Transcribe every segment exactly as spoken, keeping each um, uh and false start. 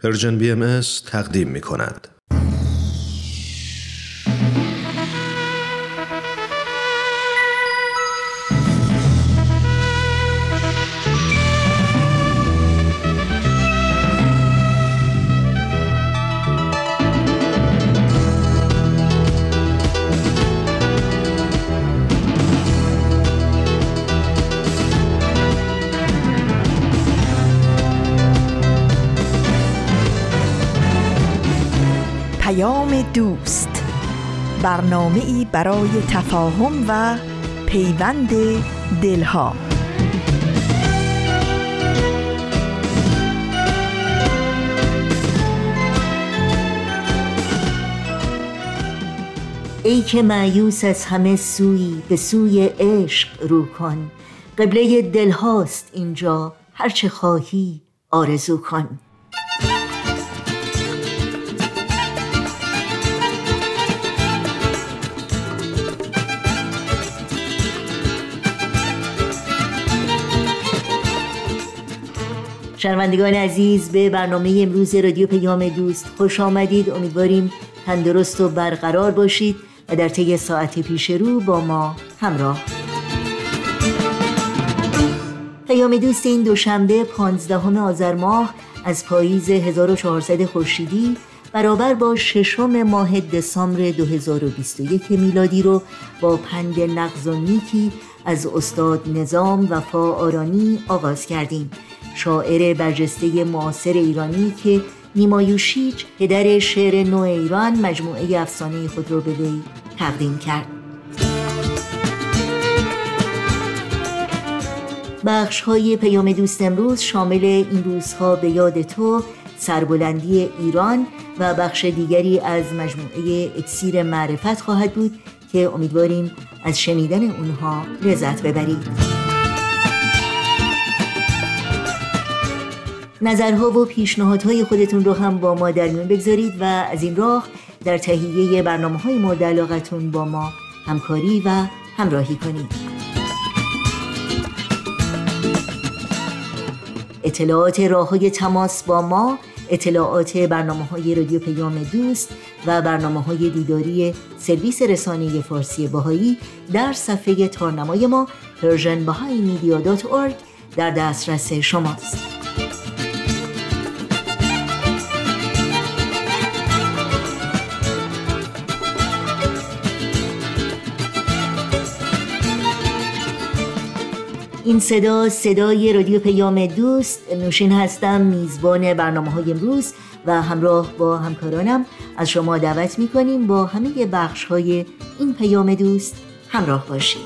پرژن بی ام اس تقدیم می کند. دوست، برنامه‌ای برای تفاهم و پیوند دلها. ای که مایوس از همه سویی، به سوی عشق رو کن. قبله دلهاست اینجا، هرچه خواهی آرزو کن. شنوندگان عزیز، به برنامه امروز رادیو پیام دوست خوش آمدید. امیدواریم تندرست و برقرار باشید و در طی ساعت پیش رو با ما همراه. پیام دوست این دوشنبه پانزدهم آذر ماه از پاییز هزار و چهارصد خورشیدی برابر با ششم ماه دسامبر دو هزار و بیست و یک میلادی رو با پند نغز و نیکی از استاد نظام وفا آرانی آغاز کردیم، شاعر برجسته معاصر ایرانی که نیما یوشیج پدر شعر نو ایران مجموعه افسانه خود را به وی تقدیم کرد. بخش های پیام دوست امروز شامل این روزها به یاد تو، سربلندی ایران و بخش دیگری از مجموعه اکسیر معرفت خواهد بود که امیدواریم از شنیدن اونها لذت ببرید. نظرها و پیشنهادهای خودتون رو هم با ما در میون بگذارید و از این راه در تهیه برنامه‌های مورد علاقتون با ما همکاری و همراهی کنید. اطلاعات راه‌های تماس با ما، اطلاعات برنامه‌های رادیو پیام دوست و برنامه‌های دیداری سرویس رسانه فارسی بهایی در صفحه تارنمای ما پرژن بهایی مدیا دات اورگ در دسترس شماست. این صدا صدای رادیو پیام دوست. نوشین هستم، میزبان برنامه‌های امروز و همراه با همکارانم از شما دعوت می‌کنیم با همه بخش‌های این پیام دوست همراه باشید.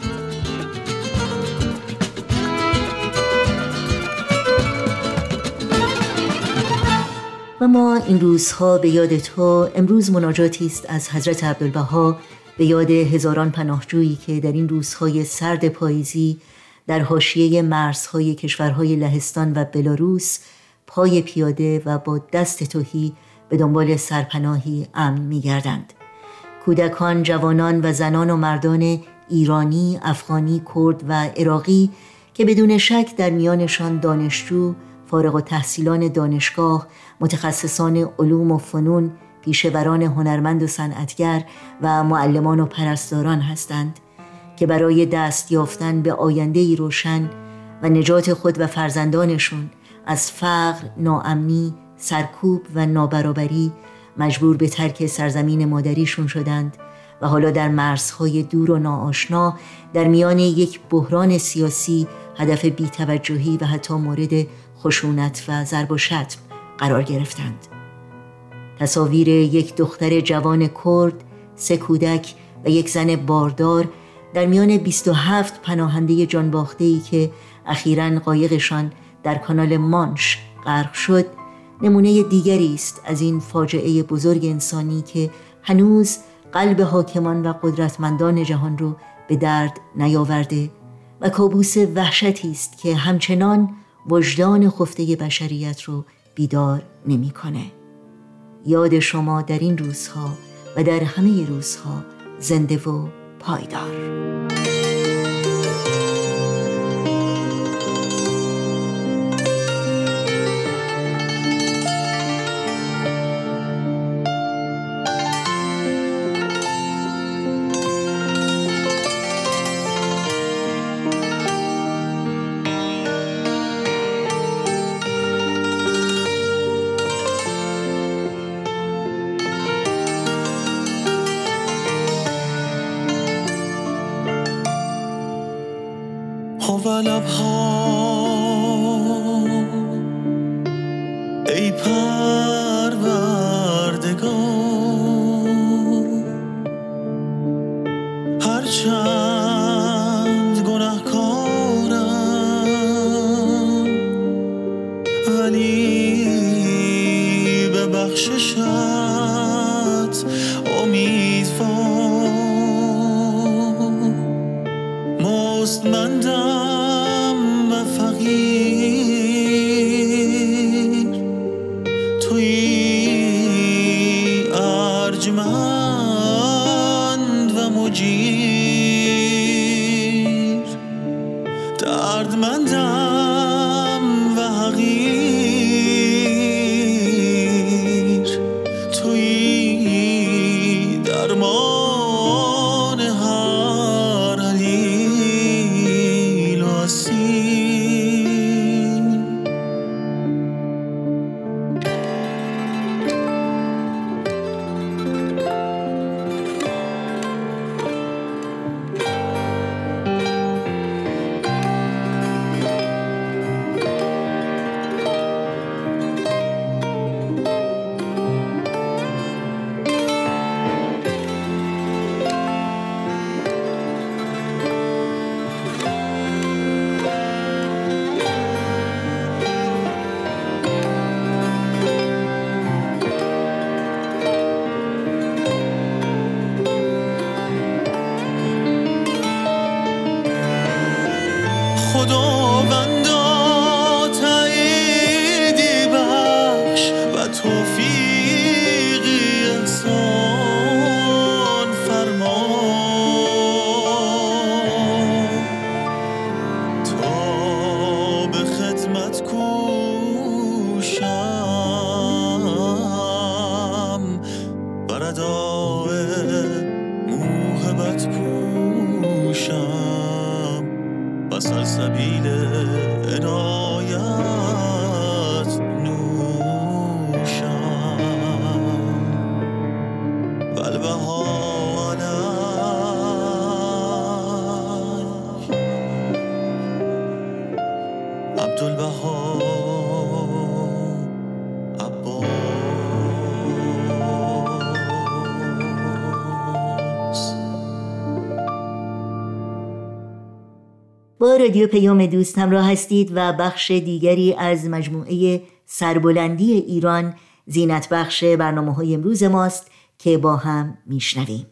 و ما این روزها به یاد تو، امروز مناجاتی است از حضرت عبدالبها به یاد هزاران پناهجویی که در این روزهای سرد پاییزی در حاشیه مرزهای کشورهای لهستان و بلاروس پای پیاده و با دست تهی به دنبال سرپناهی امن می‌گردند. کودکان، جوانان و زنان و مردان ایرانی، افغانی، کرد و عراقی که بدون شک در میانشان دانشجو، فارغ التحصیلان دانشگاه، متخصصان علوم و فنون، پیشوران هنرمند و صنعتگر و معلمان و پرستاران هستند که برای دست یافتن به آینده‌ای روشن و نجات خود و فرزندانشون از فقر، ناامنی، سرکوب و نابرابری مجبور به ترک سرزمین مادریشون شدند و حالا در مرزهای دور و ناآشنا در میان یک بحران سیاسی هدف بی‌توجهی و حتی مورد خشونت و ضرب و شتم قرار گرفتند. تصاویر یک دختر جوان کرد، سه کودک و یک زن باردار در میان بیست و هفت پناهنده جانباخته‌ای که اخیراً قایقشان در کانال مانش غرق شد، نمونه دیگری است از این فاجعه بزرگ انسانی که هنوز قلب حاکمان و قدرتمندان جهان رو به درد نیاورده و کابوس وحشتی است که همچنان وجدان خفته بشریت رو بیدار نمی‌کنه. یاد شما در این روزها و در همه روزها زنده و پایدار. لبها ای پروردگار، هرچند گناهکارم ولی به بخششت امیدوار. مستمندم و فقیر، تویی ارجمند و مجیر. دردمندم و حقیر، تویی درمان هر علیل و اسیر. خداوندا تاییدی بخش و توفیقی احسان فرما، تا به خدمت کوشم بر ادای موهبت پوشم و سلسبیل عنایت نوشم. والبها علیک عبدالبها با رادیو پیام دوست همراه هستید و بخش دیگری از مجموعه سربلندی ایران زینت بخش برنامه‌های امروز ماست که با هم میشنویم.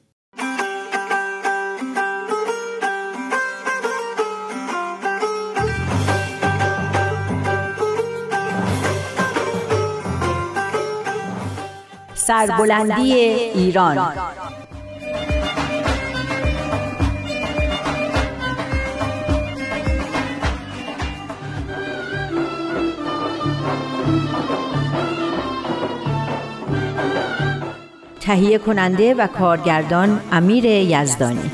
سربلندی ایران. تهیه کننده و کارگردان امیر یزدانی.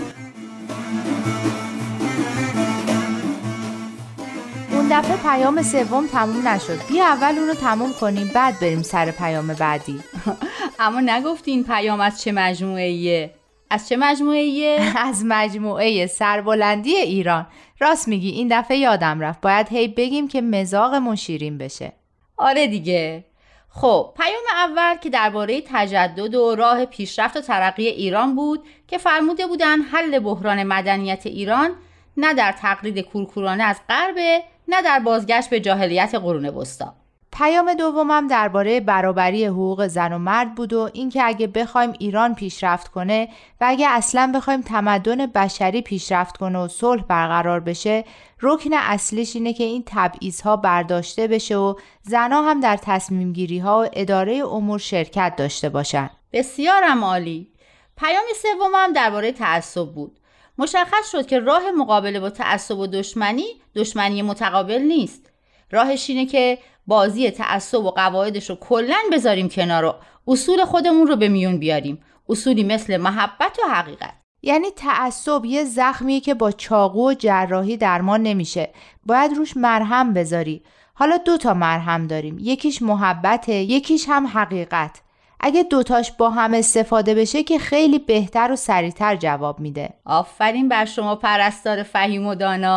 اون دفعه پیام سوم تموم نشد. بیا اول اون رو تموم کنیم بعد بریم سر پیام بعدی. اما نگفتی این پیام از چه مجموعه‌ایه؟ از چه مجموعه‌ایه؟ از مجموعه سربلندی ایران. راست میگی، این دفعه یادم رفت. باید هی بگیم که مذاقمون شیرین بشه. آره دیگه. خب پیام اول که درباره تجدد و راه پیشرفت و ترقی ایران بود که فرموده بودن حل بحران مدنیت ایران نه در تقلید کورکورانه از غرب، نه در بازگشت به جاهلیت قرون وسطا. پیام دومم درباره برابری حقوق زن و مرد بود و اینکه اگه بخوایم ایران پیشرفت کنه و اگه اصلا بخوایم تمدن بشری پیشرفت کنه و صلح برقرار بشه، رکن اصلیش اینه که این تبعیض‌ها برداشته بشه و زنها هم در تصمیم گیری‌ها و اداره امور شرکت داشته باشن. بسیارم عالی. پیام سومم درباره تعصب بود. مشخص شد که راه مقابله با تعصب و دشمنی دشمنی متقابل نیست. راهش اینه که بازی تعصب و قواعدش رو کلاً بذاریم کنار و اصول خودمون رو به میون بیاریم. اصولی مثل محبت و حقیقت. یعنی تعصب یه زخمیه که با چاقو و جراحی درمان نمیشه. باید روش مرهم بذاری. حالا دو تا مرهم داریم. یکیش محبته، یکیش هم حقیقت. اگه دوتاش با هم استفاده بشه که خیلی بهتر و سریعتر جواب میده. آفرین بر شما پرستار فهیم و دانا.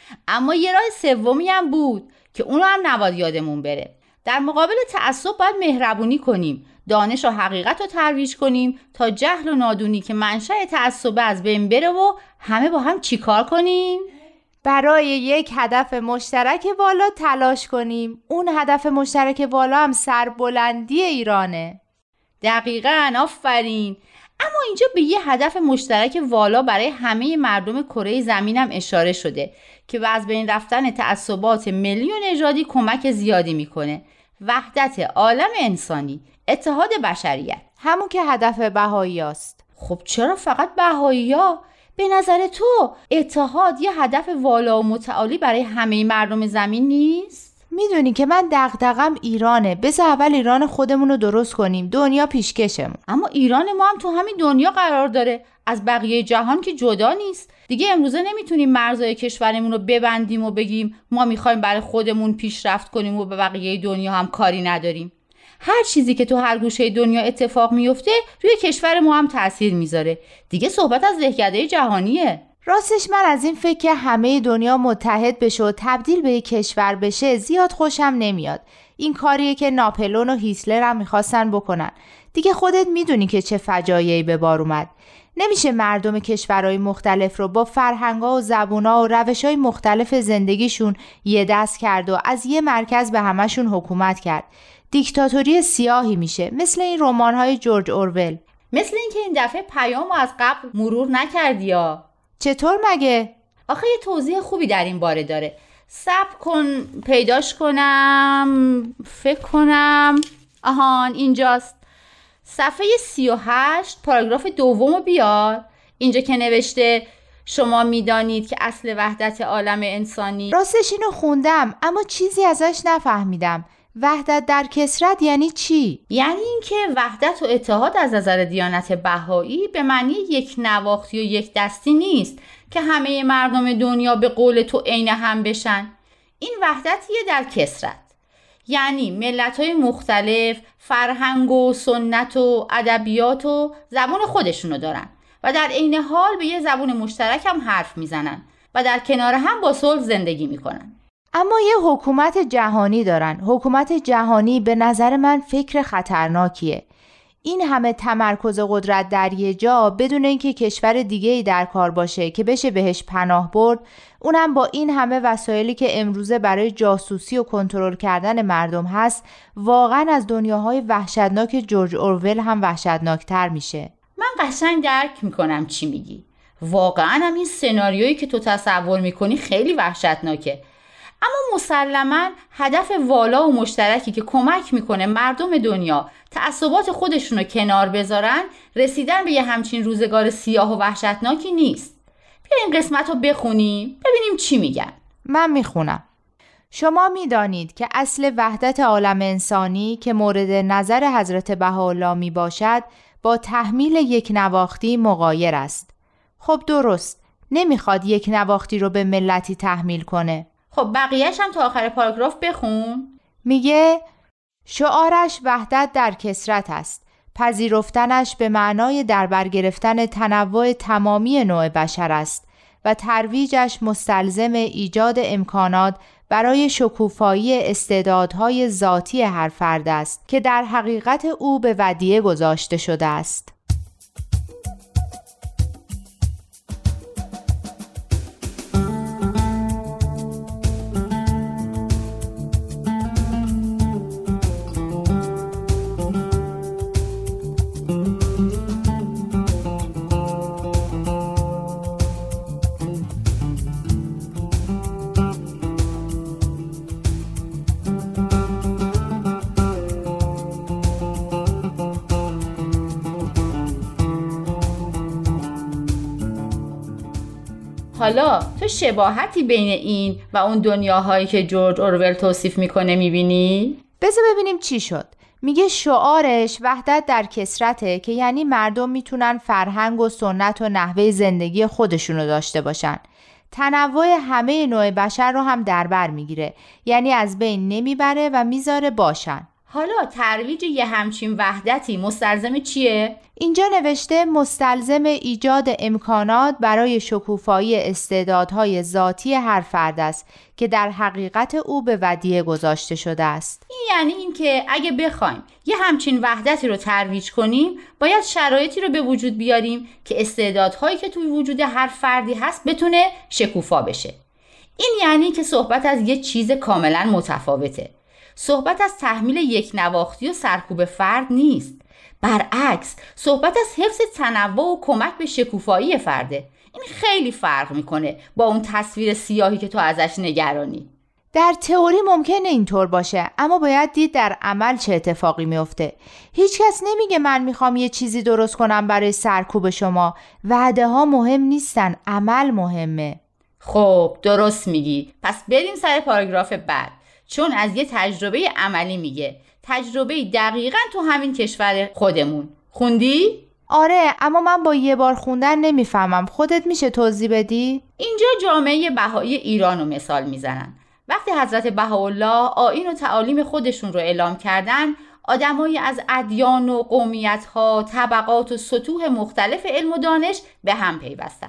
اما یه راه سومی هم بود که اونو هم نباید یادمون بره. در مقابل تعصب باید مهربونی کنیم، دانش و حقیقت رو ترویج کنیم تا جهل و نادونی که منشأ تعصب از بین بره و همه با هم چیکار کنیم؟ برای یک هدف مشترک والا تلاش کنیم. اون هدف مشترک والا هم سربلندی ایرانه. دقیقاً، آفرین. اما اینجا به یه هدف مشترک والا برای همه مردم کره زمین هم اشاره شده که به از بین رفتن تعصبات ملی و نژادی کمک زیادی میکنه. وحدت عالم انسانی، اتحاد بشریت، همون که هدف بهایی است. خب چرا فقط بهایی ها؟ به نظر تو اتحاد یه هدف والا و متعالی برای همه مردم زمین نیست؟ میدونی که من دغدغم ایرانه. بذار اول ایران خودمون رو درست کنیم، دنیا پیشکشمون. اما ایران ما هم تو همین دنیا قرار داره، از بقیه جهان که جدا نیست. دیگه امروزه نمیتونیم مرزهای کشورمون رو ببندیم و بگیم ما میخوایم برای خودمون پیشرفت کنیم و به بقیه دنیا هم کاری نداریم. هر چیزی که تو هر گوشه دنیا اتفاق میفته روی کشور ما هم تأثیر میذاره. دیگه صحبت از دهکده جهانیه. راستش من از این فکر که همه دنیا متحد بشه و تبدیل به یک کشور بشه زیاد خوشم نمیاد. این کاریه که ناپلئون و هیتلر هم میخواستن بکنن. دیگه خودت میدونی که چه فجایعی به بار اومد. نمیشه مردم کشورهای مختلف رو با فرهنگ‌ها و زبون‌ها و روش‌های مختلف زندگیشون یه دست کرد و از یه مرکز به همشون حکومت کرد. دیکتاتوری سیاهی میشه، مثل این رمان‌های جورج اورول. مثل این که این دفعه پیامو از قبل مرور نکردی یا؟ چطور مگه؟ آخه یه توضیح خوبی در این باره داره. صبر کن پیداش کنم، فکر کنم. آهان اینجاست. صفحه سی و هشت پاراگراف دومو بیار. اینجا که نوشته شما میدانید که اصل وحدت عالم انسانی. راستش اینو خوندم اما چیزی ازش نفهمیدم. وحدت در کثرت یعنی چی؟ یعنی اینکه وحدت و اتحاد از نظر دیانت بهایی به معنی یک نواختی و یک دستی نیست که همه مردم دنیا به قول تو عین هم بشن. این وحدتیه در کثرت. یعنی ملت‌های مختلف فرهنگ و سنت و ادبیات و زبان خودشونو دارن و در عین حال به یه زبان مشترک هم حرف میزنن و در کنار هم با صلح زندگی میکنن. اما یه حکومت جهانی دارن. حکومت جهانی به نظر من فکر خطرناکیه. این همه تمرکز قدرت در یه جا بدون اینکه کشور دیگه‌ای در کار باشه که بشه بهش پناه برد، اونم با این همه وسایلی که امروزه برای جاسوسی و کنترل کردن مردم هست، واقعا از دنیاهای وحشتناک جورج اورول هم وحشتناکتر میشه. من قشنگ درک میکنم چی میگی. واقعا هم این سناریویی که تو تصور میکنی خیلی وحشتناکه. اما مسلماً هدف والا و مشترکی که کمک میکنه مردم دنیا تعصبات خودشونو کنار بذارن، رسیدن به یه همچین روزگار سیاه و وحشتناکی نیست. بیا این قسمت رو بخونیم ببینیم چی میگن. من میخونم. شما میدانید که اصل وحدت عالم انسانی که مورد نظر حضرت بهاءالله می باشد با تحمیل یک نواختی مغایر است. خب درست، نمیخواد یک نواختی رو به ملتی تحمیل کنه. خب بقیهش هم تا آخر پاراگراف بخون. میگه شعارش وحدت در کثرت است. پذیرفتنش به معنای در بر گرفتن تنوع تمامی نوع بشر است و ترویجش مستلزم ایجاد امکانات برای شکوفایی استعدادهای ذاتی هر فرد است که در حقیقت او به ودیعه گذاشته شده است. حالا تو شباهتی بین این و اون دنیاهایی که جورج اورول توصیف میکنه میبینی؟ بذار ببینیم چی شد. میگه شعارش وحدت در کثرته که یعنی مردم میتونن فرهنگ و سنت و نحوه زندگی خودشونو داشته باشن. تنوع همه نوع بشر رو هم در بر میگیره، یعنی از بین نمیبره و میذاره باشن. حالا ترویج یه همچین وحدتی مستلزم چیه؟ اینجا نوشته مستلزم ایجاد امکانات برای شکوفایی استعدادهای ذاتی هر فرد است که در حقیقت او به ودیعه گذاشته شده است. این یعنی این که اگه بخوایم یه همچین وحدتی رو ترویج کنیم، باید شرایطی رو به وجود بیاریم که استعدادهایی که توی وجود هر فردی هست بتونه شکوفا بشه. این یعنی که صحبت از یه چیز کاملا متفاوته. صحبت از تحمیل یک نواختی و سرکوب فرد نیست. برعکس، صحبت از حفظ تنوع و کمک به شکوفایی فرده. این خیلی فرق میکنه با اون تصویر سیاهی که تو ازش نگرانی. در تئوری ممکنه اینطور باشه، اما باید دید در عمل چه اتفاقی میفته. هیچ کس نمیگه من میخوام یه چیزی درست کنم برای سرکوب شما. وعده ها مهم نیستن، عمل مهمه. خب درست میگی. پس بریم سر پاراگراف بعد، چون از یه تجربه عملی میگه. تجربه دقیقاً تو همین کشور خودمون. خوندی؟ آره، اما من با یه بار خوندن نمیفهمم. خودت میشه توضیح بدی؟ اینجا جامعه بهایی ایران رو مثال میزنن. وقتی حضرت بهاءالله آیین و تعالیم خودشون رو اعلام کردن، آدمایی از ادیان و قومیت‌ها، طبقات و سطوح مختلف علم و دانش به هم پیوستن.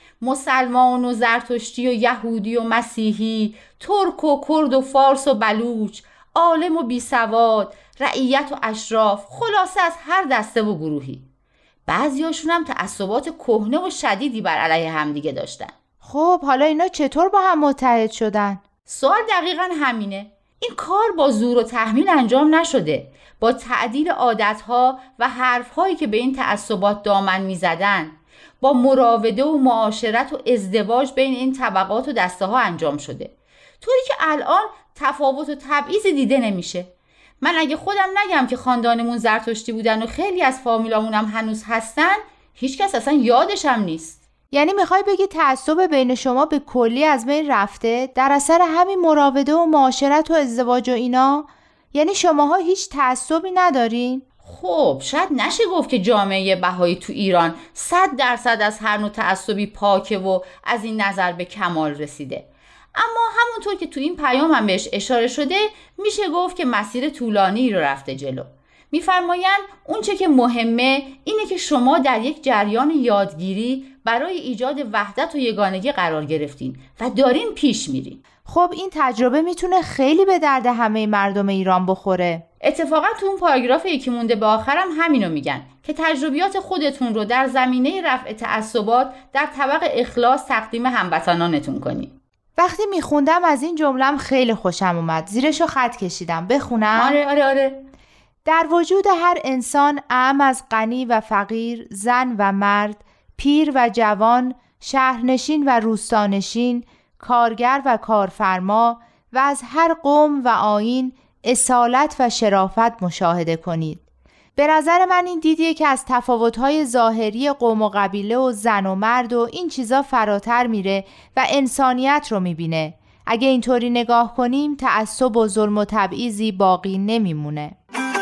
مسلمان و زرتشتی و یهودی و مسیحی، ترک و کرد و فارس و بلوچ، عالم و بیسواد، رعیت و اشراف، خلاصه از هر دسته و گروهی. بعضیاشون هم تعصبات کهنه و شدیدی بر علیه همدیگه داشتن. خب حالا اینا چطور با هم متحد شدن؟ سوال دقیقاً همینه. این کار با زور و تحمیل انجام نشده. با تعدیل عادتها و حرفهایی که به این تعصبات دامن میزدن، با مراوده و معاشرت و ازدواج بین این طبقات و دسته ها انجام شده. طوری که الان تفاوت و تبعیضی دیده نمیشه. من اگه خودم نگم که خاندانمون زرتشتی بودن و خیلی از فامیلامون هم هنوز هستن، هیچ کس اصلا یادش هم نیست. یعنی میخوای بگی تعصب بین شما به کلی از بین رفته در اثر همین مراوده و معاشرت و ازدواج و اینا؟ یعنی شماها هیچ تعصبی ندارین؟ خب شاید نشه گفت که جامعه بهایی تو ایران صد درصد از هر نوع تعصبی پاکه و از این نظر به کمال رسیده. اما همونطور که تو این پیام هم بهش اشاره شده، میشه گفت که مسیر طولانی رو رفته جلو. میفرمایند اون چه که مهمه اینه که شما در یک جریان یادگیری برای ایجاد وحدت و یگانگی قرار گرفتین و دارین پیش میرین. خب این تجربه میتونه خیلی به درد همه مردم ایران بخوره. اتفاقا تو اون پاراگراف یکی مونده به آخرم همینو میگن که تجربیات خودتون رو در زمینه رفع تعصبات در طبق اخلاص تقدیم هموطنانتون کنین. وقتی میخوندم از این جمله‌ام خیلی خوشم اومد. زیرشو خط کشیدم. بخونم؟ آره آره آره. در وجود هر انسان، اعم از غنی و فقیر، زن و مرد، پیر و جوان، شهرنشین و روستانشین، کارگر و کارفرما و از هر قوم و آیین اصالت و شرافت مشاهده کنید. به نظر من این دیدیه که از تفاوت‌های ظاهری قوم و قبیله و زن و مرد و این چیزا فراتر میره و انسانیت رو میبینه. اگه اینطوری نگاه کنیم تعصب و ظلم و تبعیضی باقی نمیمونه.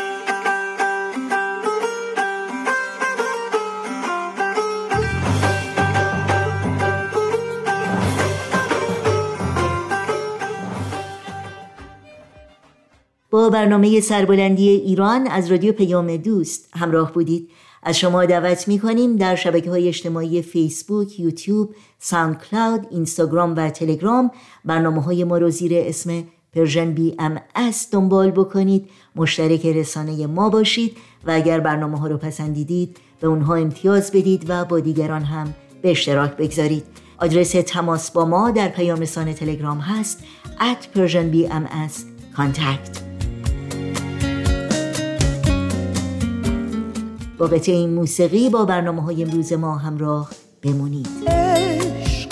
با برنامه سربلندی ایران از رادیو پیام دوست همراه بودید. از شما دعوت می‌کنیم در شبکه‌های اجتماعی فیسبوک، یوتیوب، ساوند کلاود، اینستاگرام و تلگرام برنامه‌های ما رو زیر اسم پرژن بی ام اس دنبال بکنید، مشترک رسانه ما باشید و اگر برنامه‌ها رو پسندیدید به اونها امتیاز بدید و با دیگران هم به اشتراک بگذارید. آدرس تماس با ما در پیام رسانه تلگرام هست ات پرژن بی ام اس کانتکت. با قطعه این موسیقی با برنامه‌های امروز ما همراه بمونید. عشق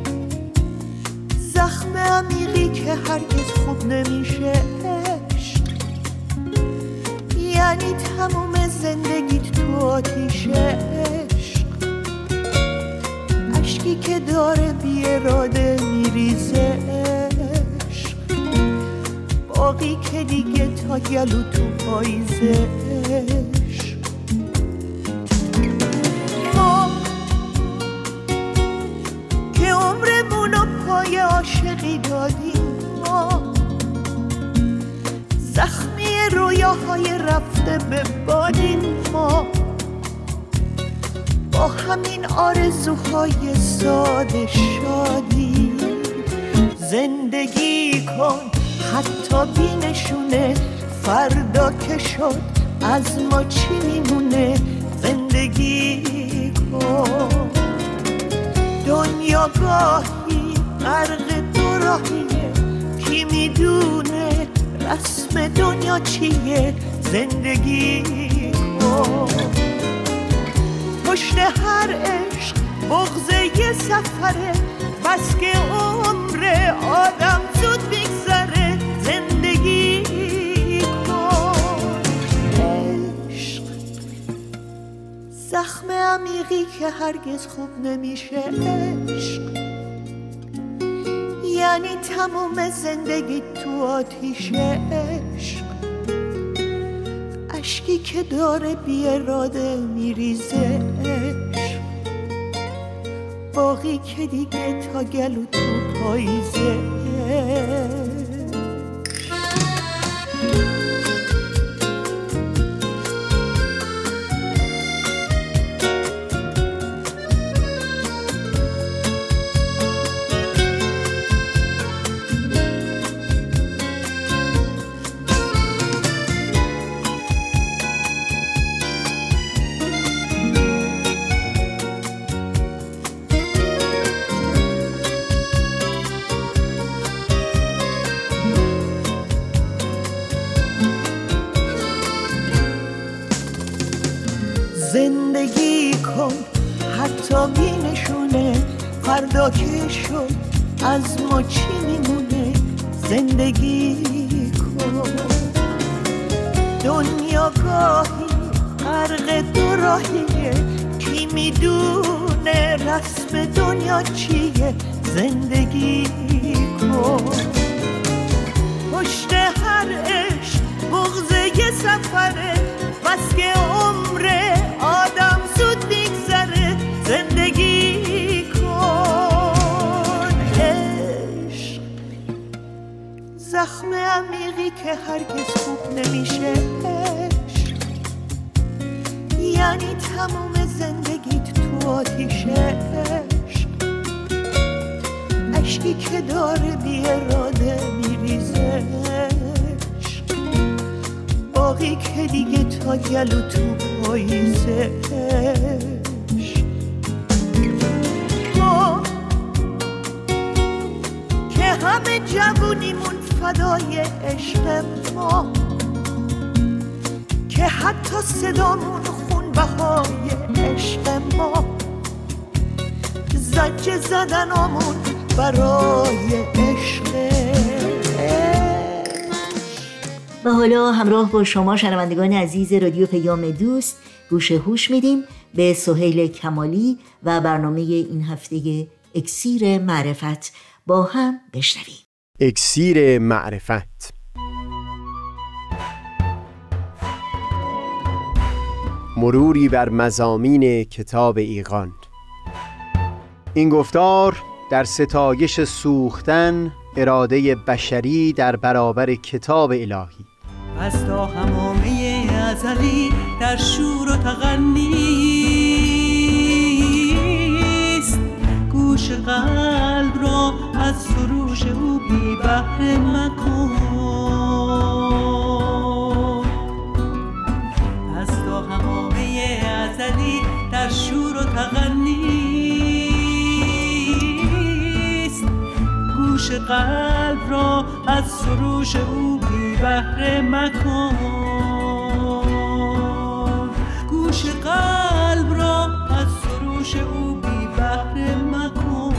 زخم عمیقی که هرگز خوب نمیشه. عشق یعنی تموم زندگیت تو آتیشه. عشق عشقی که داره بی اراده میریزه. عشق باقی که دیگه تا گلو تو پاییزه. پای عاشقی دادیم ما، زخمی رویاها با همین آرزوهای ساده شادی. زندگی کن حتی بی نشونه، فردا که شد از ما چی میمونه. زندگی کن. دنیا گاهی غرق دو راهیه، کی میدونه رسم دنیا چیه. زندگی کن. پشت هر عشق بغض یه سفره، بس که عمر آدم زود بگذره. زندگی کن. عشق زخم عمیقی که هرگز خوب نمیشه. عشق یعنی تموم زندگی تو آتیش. عشق اشکی که داره بی اراده میریزه. عشق باقی که دیگه تا گلو تو پاییزه. زندگی کن حتی بی نشونه، فردا که شد از ما چی میمونه. زندگی کن. دنیا گاهی غرق دو راهیه، کی میدونه رسم دنیا چیه. زندگی کن. پشت هر عشق بغض یه سفره، بس که عمر آدم زود بگذره. زندگی کن. عشق زخم عمیقی که هرگز خوب نمیشه. عشق یعنی تموم زندگیت تو آتیشه. عشق اشکی که داره بی اراده میریزه. باقی که دیگه تا گلو تو پاییزه. ما که همه جوونیمون فدای عشق ما، که حتی صدامون خون بهای عشق ما. زجه زدنامون برای عشق. و حالا همراه با شما شنوندگان عزیز رادیو پیام دوست گوش هوش میدیم به سهیل کمالی و برنامه این هفته اکسیر معرفت. با هم بشنویم. اکسیر معرفت. مروری بر مضامین کتاب ایقان. این گفتار در ستایش سوختن اراده بشری در برابر کتاب الهی. از تا همامه ازلی در شور و تغنیست، گوش قلب را از سروش او بی بهره مکن. از تا همامه ازلی در شور و تغنیست، گوش قلب را از سروش او بی بهره مکن. گوش قلب را از سروش او بی بهره مکن.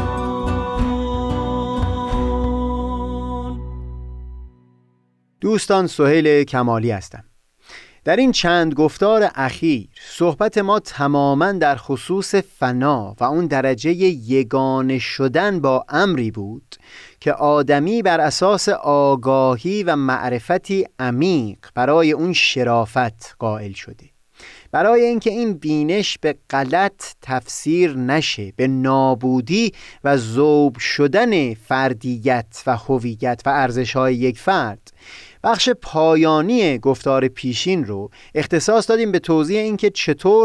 دوستان، سهیل کمالی هستم. در این چند گفتار اخیر صحبت ما تماماً در خصوص فنا و اون درجه یگانه شدن با امری بود که آدمی بر اساس آگاهی و معرفتی عمیق برای اون شرافت قائل شده، برای اینکه این بینش به غلط تفسیر نشه به نابودی و ذوب شدن فردیت و هویت و ارزش‌های یک فرد. بخش پایانی گفتار پیشین رو اختصاص دادیم به توضیح اینکه چطور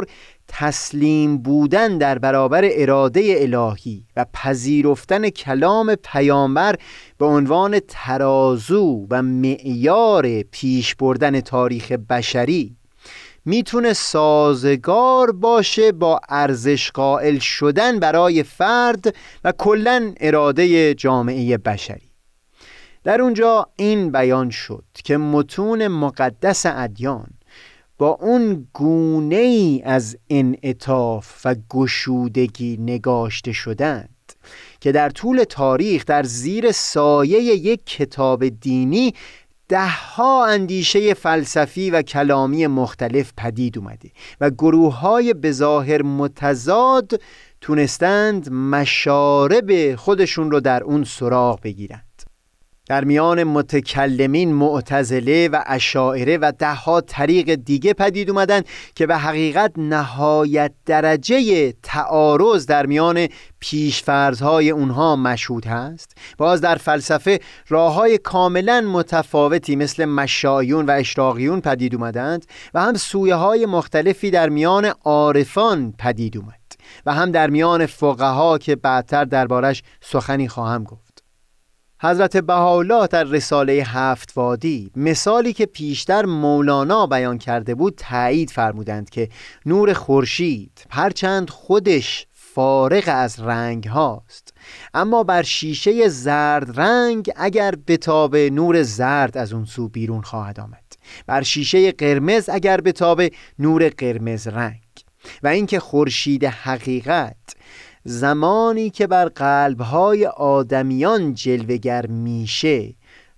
تسلیم بودن در برابر اراده الهی و پذیرفتن کلام پیامبر به عنوان ترازو و معیار پیش بردن تاریخ بشری میتونه سازگار باشه با ارزش قائل شدن برای فرد و کلاً اراده جامعه بشری. در اونجا این بیان شد که متون مقدس ادیان با اون گونه ای از انعطاف و گشودگی نگاشته شدند که در طول تاریخ در زیر سایه یک کتاب دینی ده ها اندیشه فلسفی و کلامی مختلف پدید اومده و گروه های بظاهر متضاد تونستند مشارب خودشون رو در اون سراغ بگیرند. در میان متکلمین معتزله و اشاعره و ده ها طریق دیگه پدید اومدن که به حقیقت نهایت درجه تعارض در میان پیشفرض‌های اونها مشهود هست. باز در فلسفه راه‌های کاملا متفاوتی مثل مشایون و اشراقیون پدید اومدند و هم سویه‌های مختلفی در میان عارفان پدید اومد و هم در میان فقها که بعدتر دربارش سخنی خواهم گفت. حضرت بهاءالله در رساله هفت وادی مثالی که پیشتر مولانا بیان کرده بود تایید فرمودند که نور خورشید هرچند خودش فارغ از رنگ هاست، اما بر شیشه زرد رنگ اگر بتابه نور زرد از اون سو بیرون خواهد آمد، بر شیشه قرمز اگر بتابه نور قرمز رنگ. و اینکه خورشید حقیقت زمانی که بر قلب‌های آدمیان جلوه‌گر میشه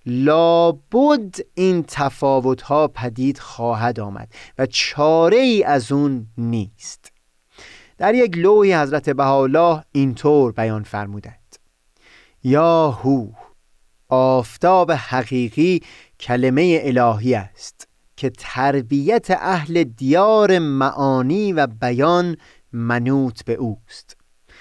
لابد این تفاوت‌ها پدید خواهد آمد و چاره‌ای از اون نیست. در یک لوحی حضرت بهاءالله اینطور بیان فرمودند: یا هو، آفتاب حقیقی کلمه الهی است که تربیت اهل دیار معانی و بیان منوط به اوست.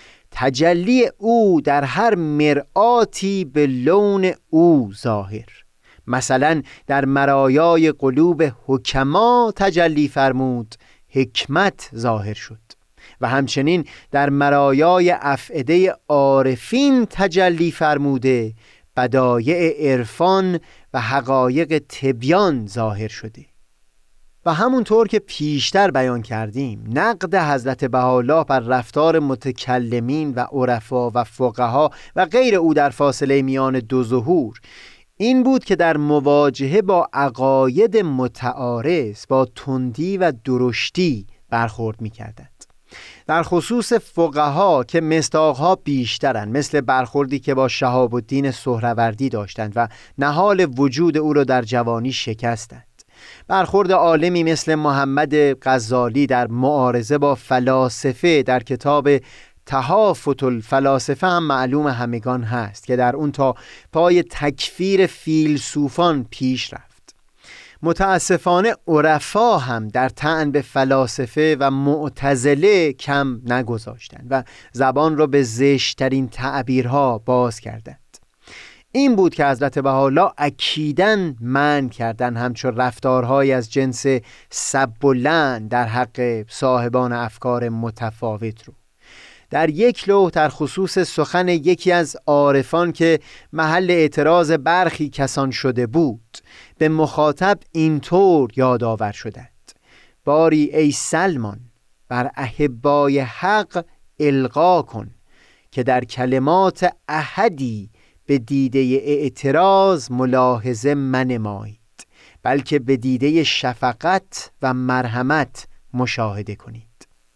تجلی او در هر مرآتی به لون او ظاهر. مثلا در مرایای قلوب حکما تجلی فرمود، حکمت ظاهر شد، و همچنین در مرایای افئده عارفین تجلی فرموده، بدایع عرفان و حقایق تبیان ظاهر شده. و همونطور که پیشتر بیان کردیم، نقد حضرت بهاءالله بر رفتار متکلمین و عرفا و فقها و غیر او در فاصله میان دو ظهور این بود که در مواجهه با عقاید متعارض با تندی و درشتی برخورد می‌کردند. در خصوص فقها که مصداقها بیشترن، مثل برخوردی که با شهاب الدین سهروردی داشتند و نهال وجود او را در جوانی شکستند. برخورد عالمی مثل محمد غزالی در معارضه با فلاسفه در کتاب تحافت الفلاسفه هم معلوم همگان هست که در اون تا پای تکفیر فیلسوفان پیش رفت. متاسفانه عرفا هم در طعن به فلاسفه و معتزله کم نگذاشتند و زبان را به زشترین تعبیرها باز کردند. این بود که حضرت بهاءالله اکیداً منع کردن همچون رفتارهایی از جنس سب و لعن در حق صاحبان افکار متفاوت رو. در یک لوح در خصوص سخن یکی از عارفان که محل اعتراض برخی کسان شده بود، به مخاطب اینطور یادآور شدند: باری ای سلمان، بر احبای حق القا کن که در کلمات احدی به دیده اعتراض ملاحظه منمایید، بلکه به دیده شفقت و مرحمت مشاهده کنید.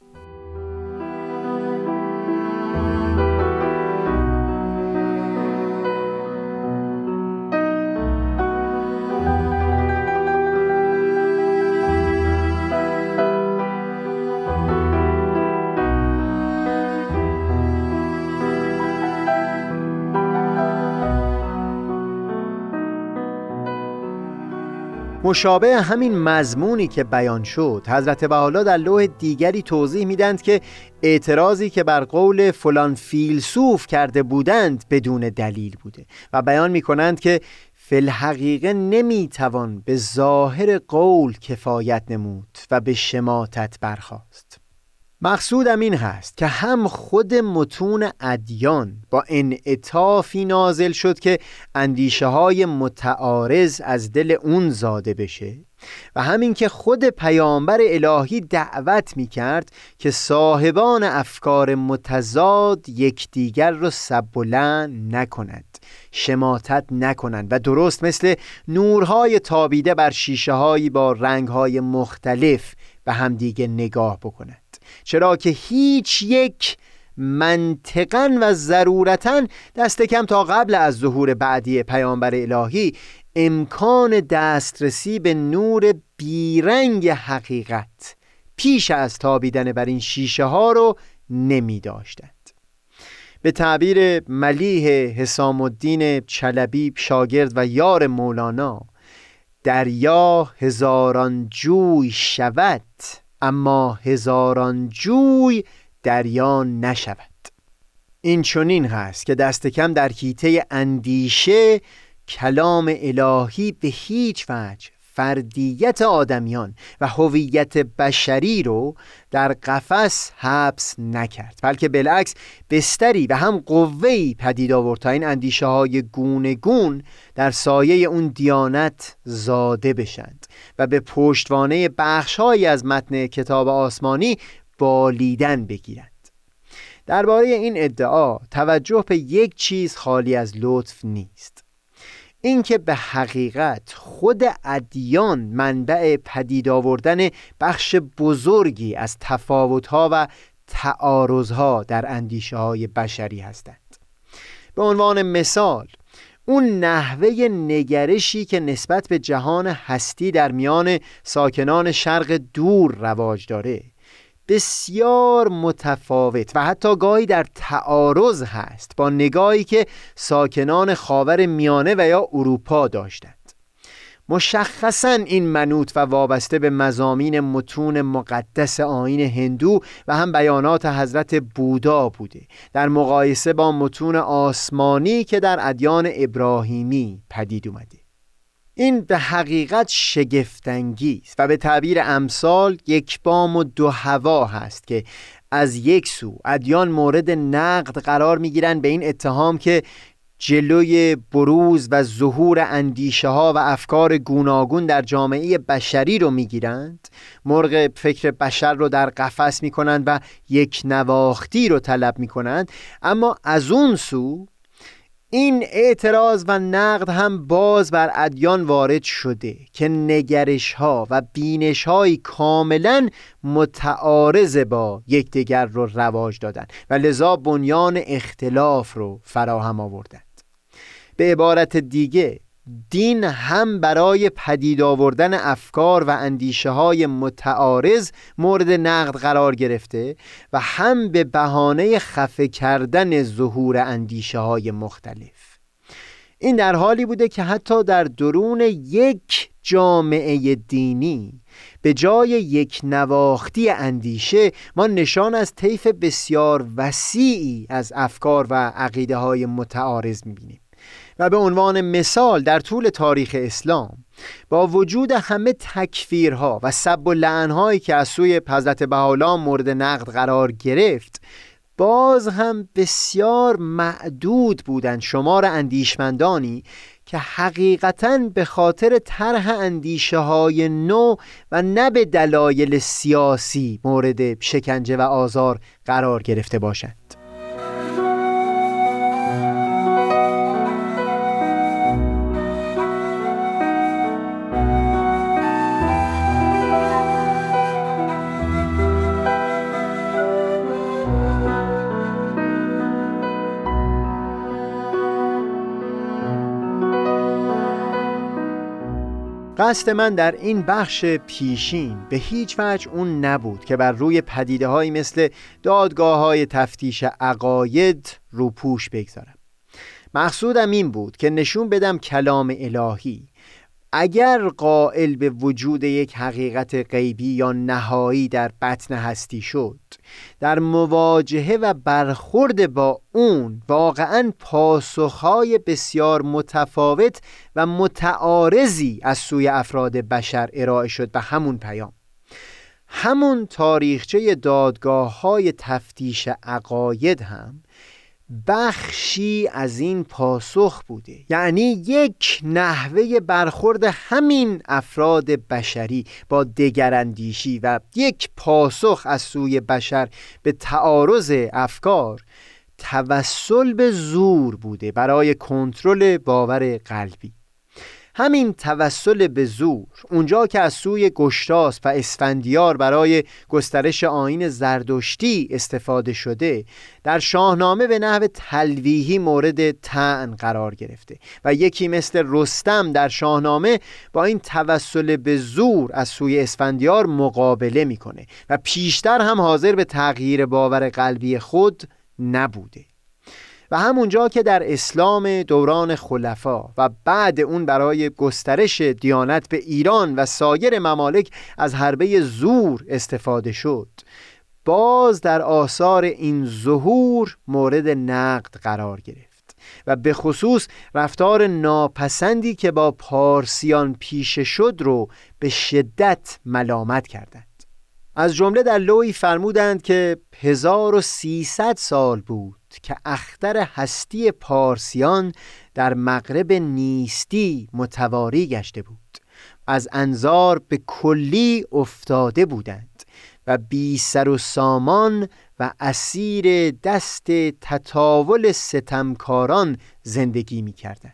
مشابه همین مضمونی که بیان شد، حضرت بهاءالله در لوح دیگری توضیح میدند که اعتراضی که بر قول فلان فیلسوف کرده بودند بدون دلیل بوده و بیان میکنند که فی الحقیقه نمیتوان به ظاهر قول کفایت نمود و به شماتت برخاست. مقصودم این هست که هم خود متون ادیان با انعطافی نازل شد که اندیشه های متعارض از دل اون زاده بشه و همین که خود پیامبر الهی دعوت می کرد که صاحبان افکار متضاد یکدیگر رو سب و لعن نکنند، شماتت نکنند و درست مثل نورهای تابیده بر شیشه هایی با رنگهای مختلف به همدیگه نگاه بکنند، چرا که هیچ یک منطقاً و ضرورتاً دست کم تا قبل از ظهور بعدی پیامبر الهی امکان دسترسی به نور بیرنگ حقیقت پیش از تابیدن بر این شیشه ها رو نمی داشتند. به تعبیر ملیح حسام الدین چلبی شاگرد و یار مولانا، دریا هزاران جوی شود اما هزاران جوی دریا نشود. این چنین هست که دست کم در حیطه اندیشه کلام الهی به هیچ وجه فردیت آدمیان و هویت بشری رو در قفس حبس نکرد، بلکه بالعکس بستری و هم قوه‌ای پدید آورد تا این اندیشه های گونگون در سایه اون دیانت زاده بشند و به پشتوانه بخش‌هایی از متن کتاب آسمانی بالیدن بگیرند. درباره این ادعا توجه به یک چیز خالی از لطف نیست، اینکه به حقیقت خود ادیان منبع پدید آوردن بخش بزرگی از تفاوت‌ها و تعارض‌ها در اندیشه‌های بشری هستند. به عنوان مثال، اون نحوه نگرشی که نسبت به جهان هستی در میان ساکنان شرق دور رواج داره بسیار متفاوت و حتی گاهی در تعارض هست با نگاهی که ساکنان خاور میانه و یا اروپا داشتند. مشخصاً این منوط و وابسته به مضامین متون مقدس آیین هندو و هم بیانات حضرت بودا بوده، در مقایسه با متون آسمانی که در ادیان ابراهیمی پدید اومده. این به حقیقت شگفت‌انگیز و به تعبیر امثال یک بام و دو هوا هست که از یک سو ادیان مورد نقد قرار می‌گیرند به این اتهام که جلوی بروز و ظهور اندیشه ها و افکار گوناگون در جامعه بشری رو میگیرند، مرغ فکر بشر رو در قفس میکنند و یک نواختی رو طلب میکنند، اما از اون سو این اعتراض و نقد هم باز بر ادیان وارد شده که نگرش ها و بینش های کاملا متعارض با یکدیگر رو رواج دادن و لذا بنیان اختلاف رو فراهم آوردند. به عبارت دیگه، دین هم برای پدید آوردن افکار و اندیشه های متعارض مورد نقد قرار گرفته و هم به بهانه خفه کردن ظهور اندیشه های مختلف. این در حالی بوده که حتی در درون یک جامعه دینی به جای یک نواختی اندیشه ما نشان از طیف بسیار وسیعی از افکار و عقیده های متعارض می‌بینیم. و به عنوان مثال در طول تاریخ اسلام با وجود همه تکفیرها و سب و لعنهایی که از سوی حضرت بهاءالله مورد نقد قرار گرفت، باز هم بسیار معدود بودند شمار اندیشمندانی که حقیقتاً به خاطر طرح اندیشه های نو و نه به دلایل سیاسی مورد شکنجه و آزار قرار گرفته باشند. قصد من در این بخش پیشین به هیچ وجه اون نبود که بر روی پدیده های مثل دادگاه های تفتیش عقاید روپوش بگذارم. مقصودم این بود که نشون بدم کلام الهی اگر قائل به وجود یک حقیقت غیبی یا نهایی در بطن هستی شد، در مواجهه و برخورد با اون واقعاً پاسخهای بسیار متفاوت و متعارضی از سوی افراد بشر ارائه شد به همون پیام. همون تاریخچه دادگاه های تفتیش عقاید هم بخشی از این پاسخ بوده. یعنی یک نحوه برخورد همین افراد بشری با دگراندیشی و یک پاسخ از سوی بشر به تعارض افکار توسل به زور بوده برای کنترل باور قلبی. همین توسل به زور، اونجا که از سوی گشتاسپ و اسفندیار برای گسترش آیین زردشتی استفاده شده، در شاهنامه به نحو تلویحی مورد طعن قرار گرفته و یکی مثل رستم در شاهنامه با این توسل به زور از سوی اسفندیار مقابله میکنه و پیشتر هم حاضر به تغییر باور قلبی خود نبوده. و همونجا که در اسلام دوران خلفا و بعد اون برای گسترش دیانت به ایران و سایر ممالک از حربه زور استفاده شد، باز در آثار این ظهور مورد نقد قرار گرفت و به خصوص رفتار ناپسندی که با پارسیان پیشه شد رو به شدت ملامت کردند. از جمله در لوحی فرمودند که هزار و سیصد سال بود که اختر هستی پارسیان در مغرب نیستی متواری گشته بود، از انظار به کلی افتاده بودند و بی سر و سامان و اسیر دست تطاول ستمکاران زندگی می کردند.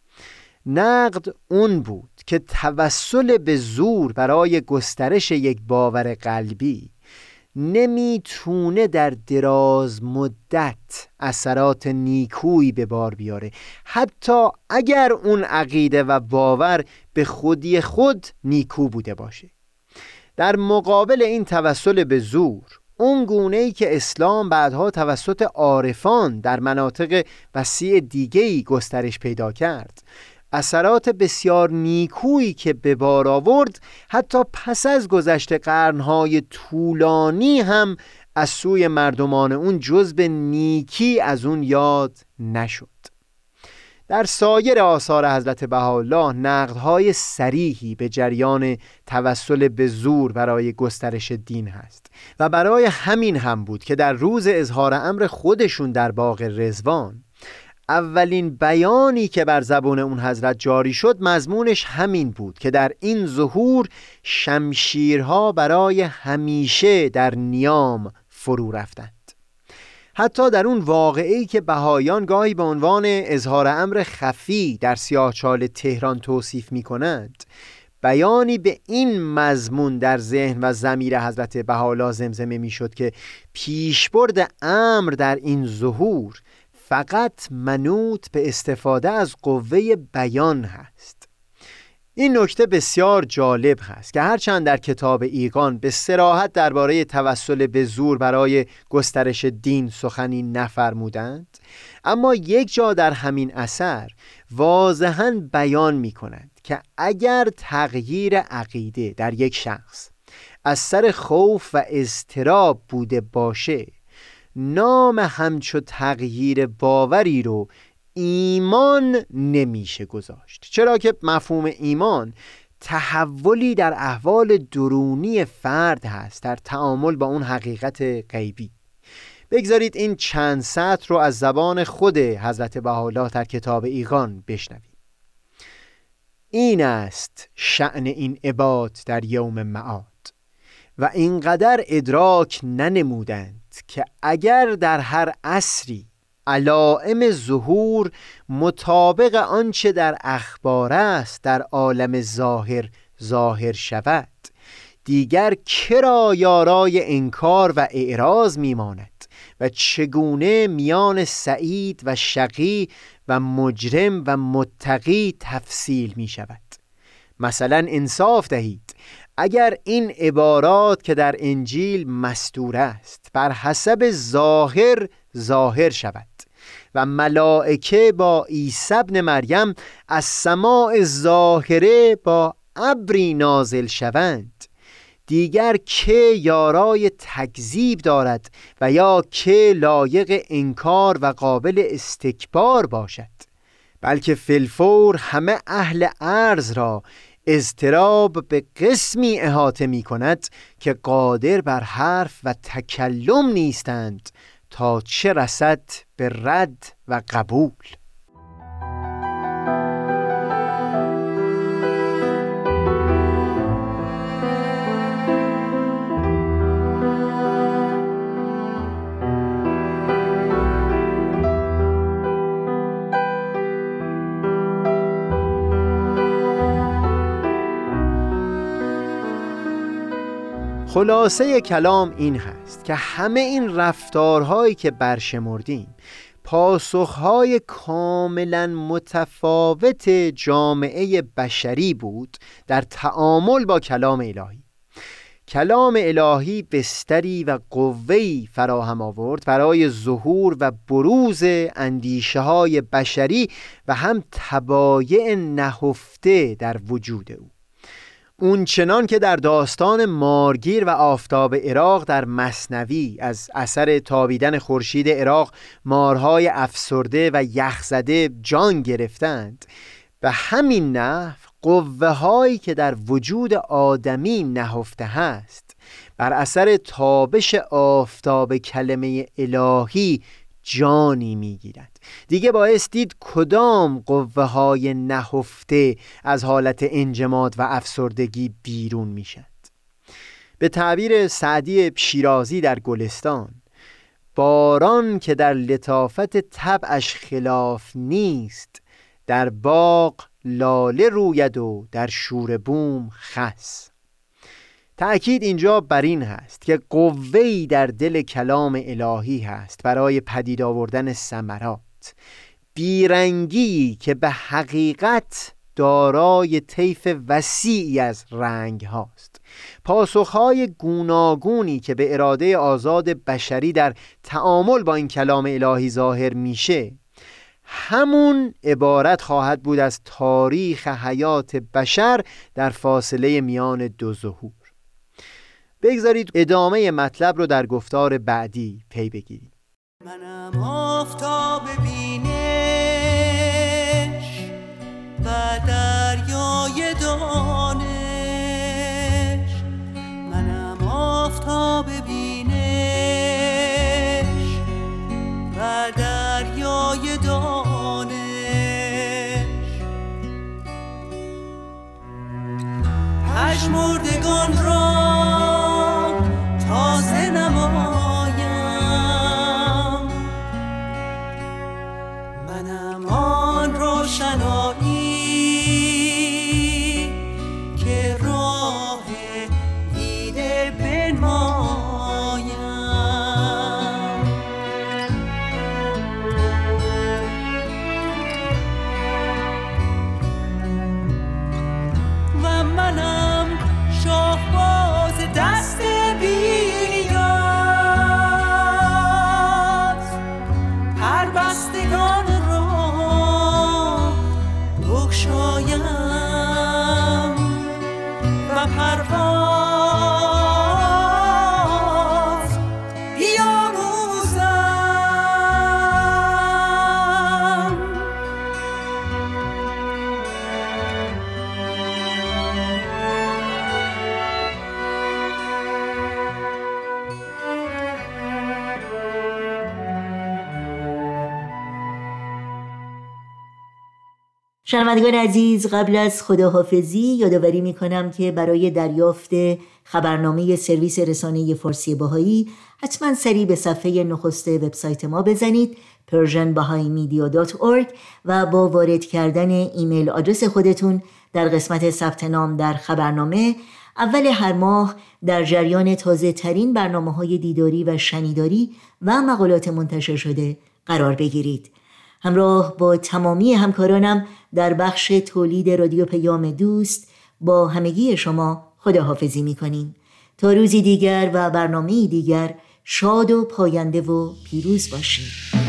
نقد اون بود که توسل به زور برای گسترش یک باور قلبی نمیتونه در دراز مدت اثرات نیکویی به بار بیاره، حتی اگر اون عقیده و باور به خودی خود نیکو بوده باشه. در مقابل این توسل به زور، اون گونه‌ای که اسلام بعدها توسط عارفان در مناطق وسیع دیگه‌ای گسترش پیدا کرد، اثرات بسیار نیکویی که به بار آورد حتی پس از گذشت قرنهای طولانی هم از سوی مردمان اون جزء نیکی از اون یاد نشد. در سایر آثار حضرت بهاءالله نقدهای صریحی به جریان توسل به زور برای گسترش دین هست و برای همین هم بود که در روز اظهار امر خودشون در باغ رضوان اولین بیانی که بر زبان اون حضرت جاری شد مضمونش همین بود که در این ظهور شمشیرها برای همیشه در نیام فرو رفتند. حتی در اون واقعه‌ای که بهایان گاهی به عنوان اظهار امر خفی در سیاهچال تهران توصیف می کنند، بیانی به این مضمون در ذهن و ضمیر حضرت بهاءالله زمزمه می شد که پیشبرد امر در این ظهور فقط منوط به استفاده از قوه بیان هست. این نکته بسیار جالب هست که هرچند در کتاب ایقان به صراحت درباره توسل به زور برای گسترش دین سخنی نفرمودند، اما یک جا در همین اثر واضحاً بیان می کنند که اگر تغییر عقیده در یک شخص از سر خوف و اضطراب بوده باشه، نام همچو تغییر باوری رو ایمان نمیشه گذاشت، چرا که مفهوم ایمان تحولی در احوال درونی فرد هست در تعامل با اون حقیقت غیبی. بگذارید این چند سطر رو از زبان خود حضرت بهاءالله در کتاب ایقان بشنویم. این است شأن این عباد در یوم معاد و اینقدر ادراک ننمودند که اگر در هر عصری علائم ظهور مطابق آنچه در اخبار است در عالم ظاهر ظاهر شود، دیگر کرا یارای انکار و اعراض میماند و چگونه میان سعید و شقی و مجرم و متقی تفصیل می شود. مثلا انصاف دهید، اگر این عبارات که در انجیل مستور است بر حسب ظاهر ظاهر شود و ملائکه با عیسی ابن مریم از سماع ظاهره با ابری نازل شوند، دیگر که یارای تکذیب دارد و یا که لایق انکار و قابل استکبار باشد، بلکه فی الفور همه اهل ارض را اضطراب به قسمی احاطه می کند که قادر بر حرف و تکلم نیستند تا چه رسد به رد و قبول. خلاصه کلام این هست که همه این رفتارهایی که برشمردیم پاسخهای کاملا متفاوت جامعه بشری بود در تعامل با کلام الهی. کلام الهی بستری و قوه‌ای فراهم آورد برای ظهور و بروز اندیشه های بشری و هم طبایع نهفته در وجود او. اون چنان که در داستان مارگیر و آفتاب عراق در مثنوی از اثر تابیدن خورشید عراق مارهای افسرده و یخزده جان گرفتند، به همین نحو قوه هایی که در وجود آدمی نهفته هست بر اثر تابش آفتاب کلمه الهی جانی میگیرد. دیگه باعث دید کدام قوه های نهفته از حالت انجماد و افسردگی بیرون میشد. به تعبیر سعدی شیرازی در گلستان، باران که در لطافت طبعش خلاف نیست، در باغ لاله روید و در شوره بوم خس. تأکید اینجا بر این هست که قوه‌ای در دل کلام الهی هست برای پدید آوردن ثمرات، بیرنگی که به حقیقت دارای طیف وسیعی از رنگ هاست، پاسخهای گوناگونی که به اراده آزاد بشری در تعامل با این کلام الهی ظاهر میشه، همون عبارت خواهد بود از تاریخ حیات بشر در فاصله میان دو ظهور. بگذارید ادامه مطلب رو در گفتار بعدی پی بگیریم. منم آفتاب بینش و دریای دانش، منم آفتاب بینش و دریای دانش، پژمردگان را تازه نمایم، منم آن روشنایی که راه دیده بنمایم. و منم شاهباز دست بی‌نیاز، پربستگان را بگشایم و پرواز بیاموزم. شنوندگان عزیز، قبل از خداحافظی یادآوری می‌کنم که برای دریافت خبرنامه سرویس رسانه فارسی بهایی حتما سری به صفحه نخست وبسایت ما بزنید پرژن بهایی مدیا دات اورگ و با وارد کردن ایمیل آدرس خودتون در قسمت ثبت نام در خبرنامه اول هر ماه در جریان تازه ترین برنامه‌های دیداری و شنیداری و مقالات منتشر شده قرار بگیرید. همراه با تمامی همکارانم در بخش تولید رادیو پیام دوست با همگی شما خداحافظی می‌کنیم. تا روزی دیگر و برنامه‌ای دیگر شاد و پاینده و پیروز باشید.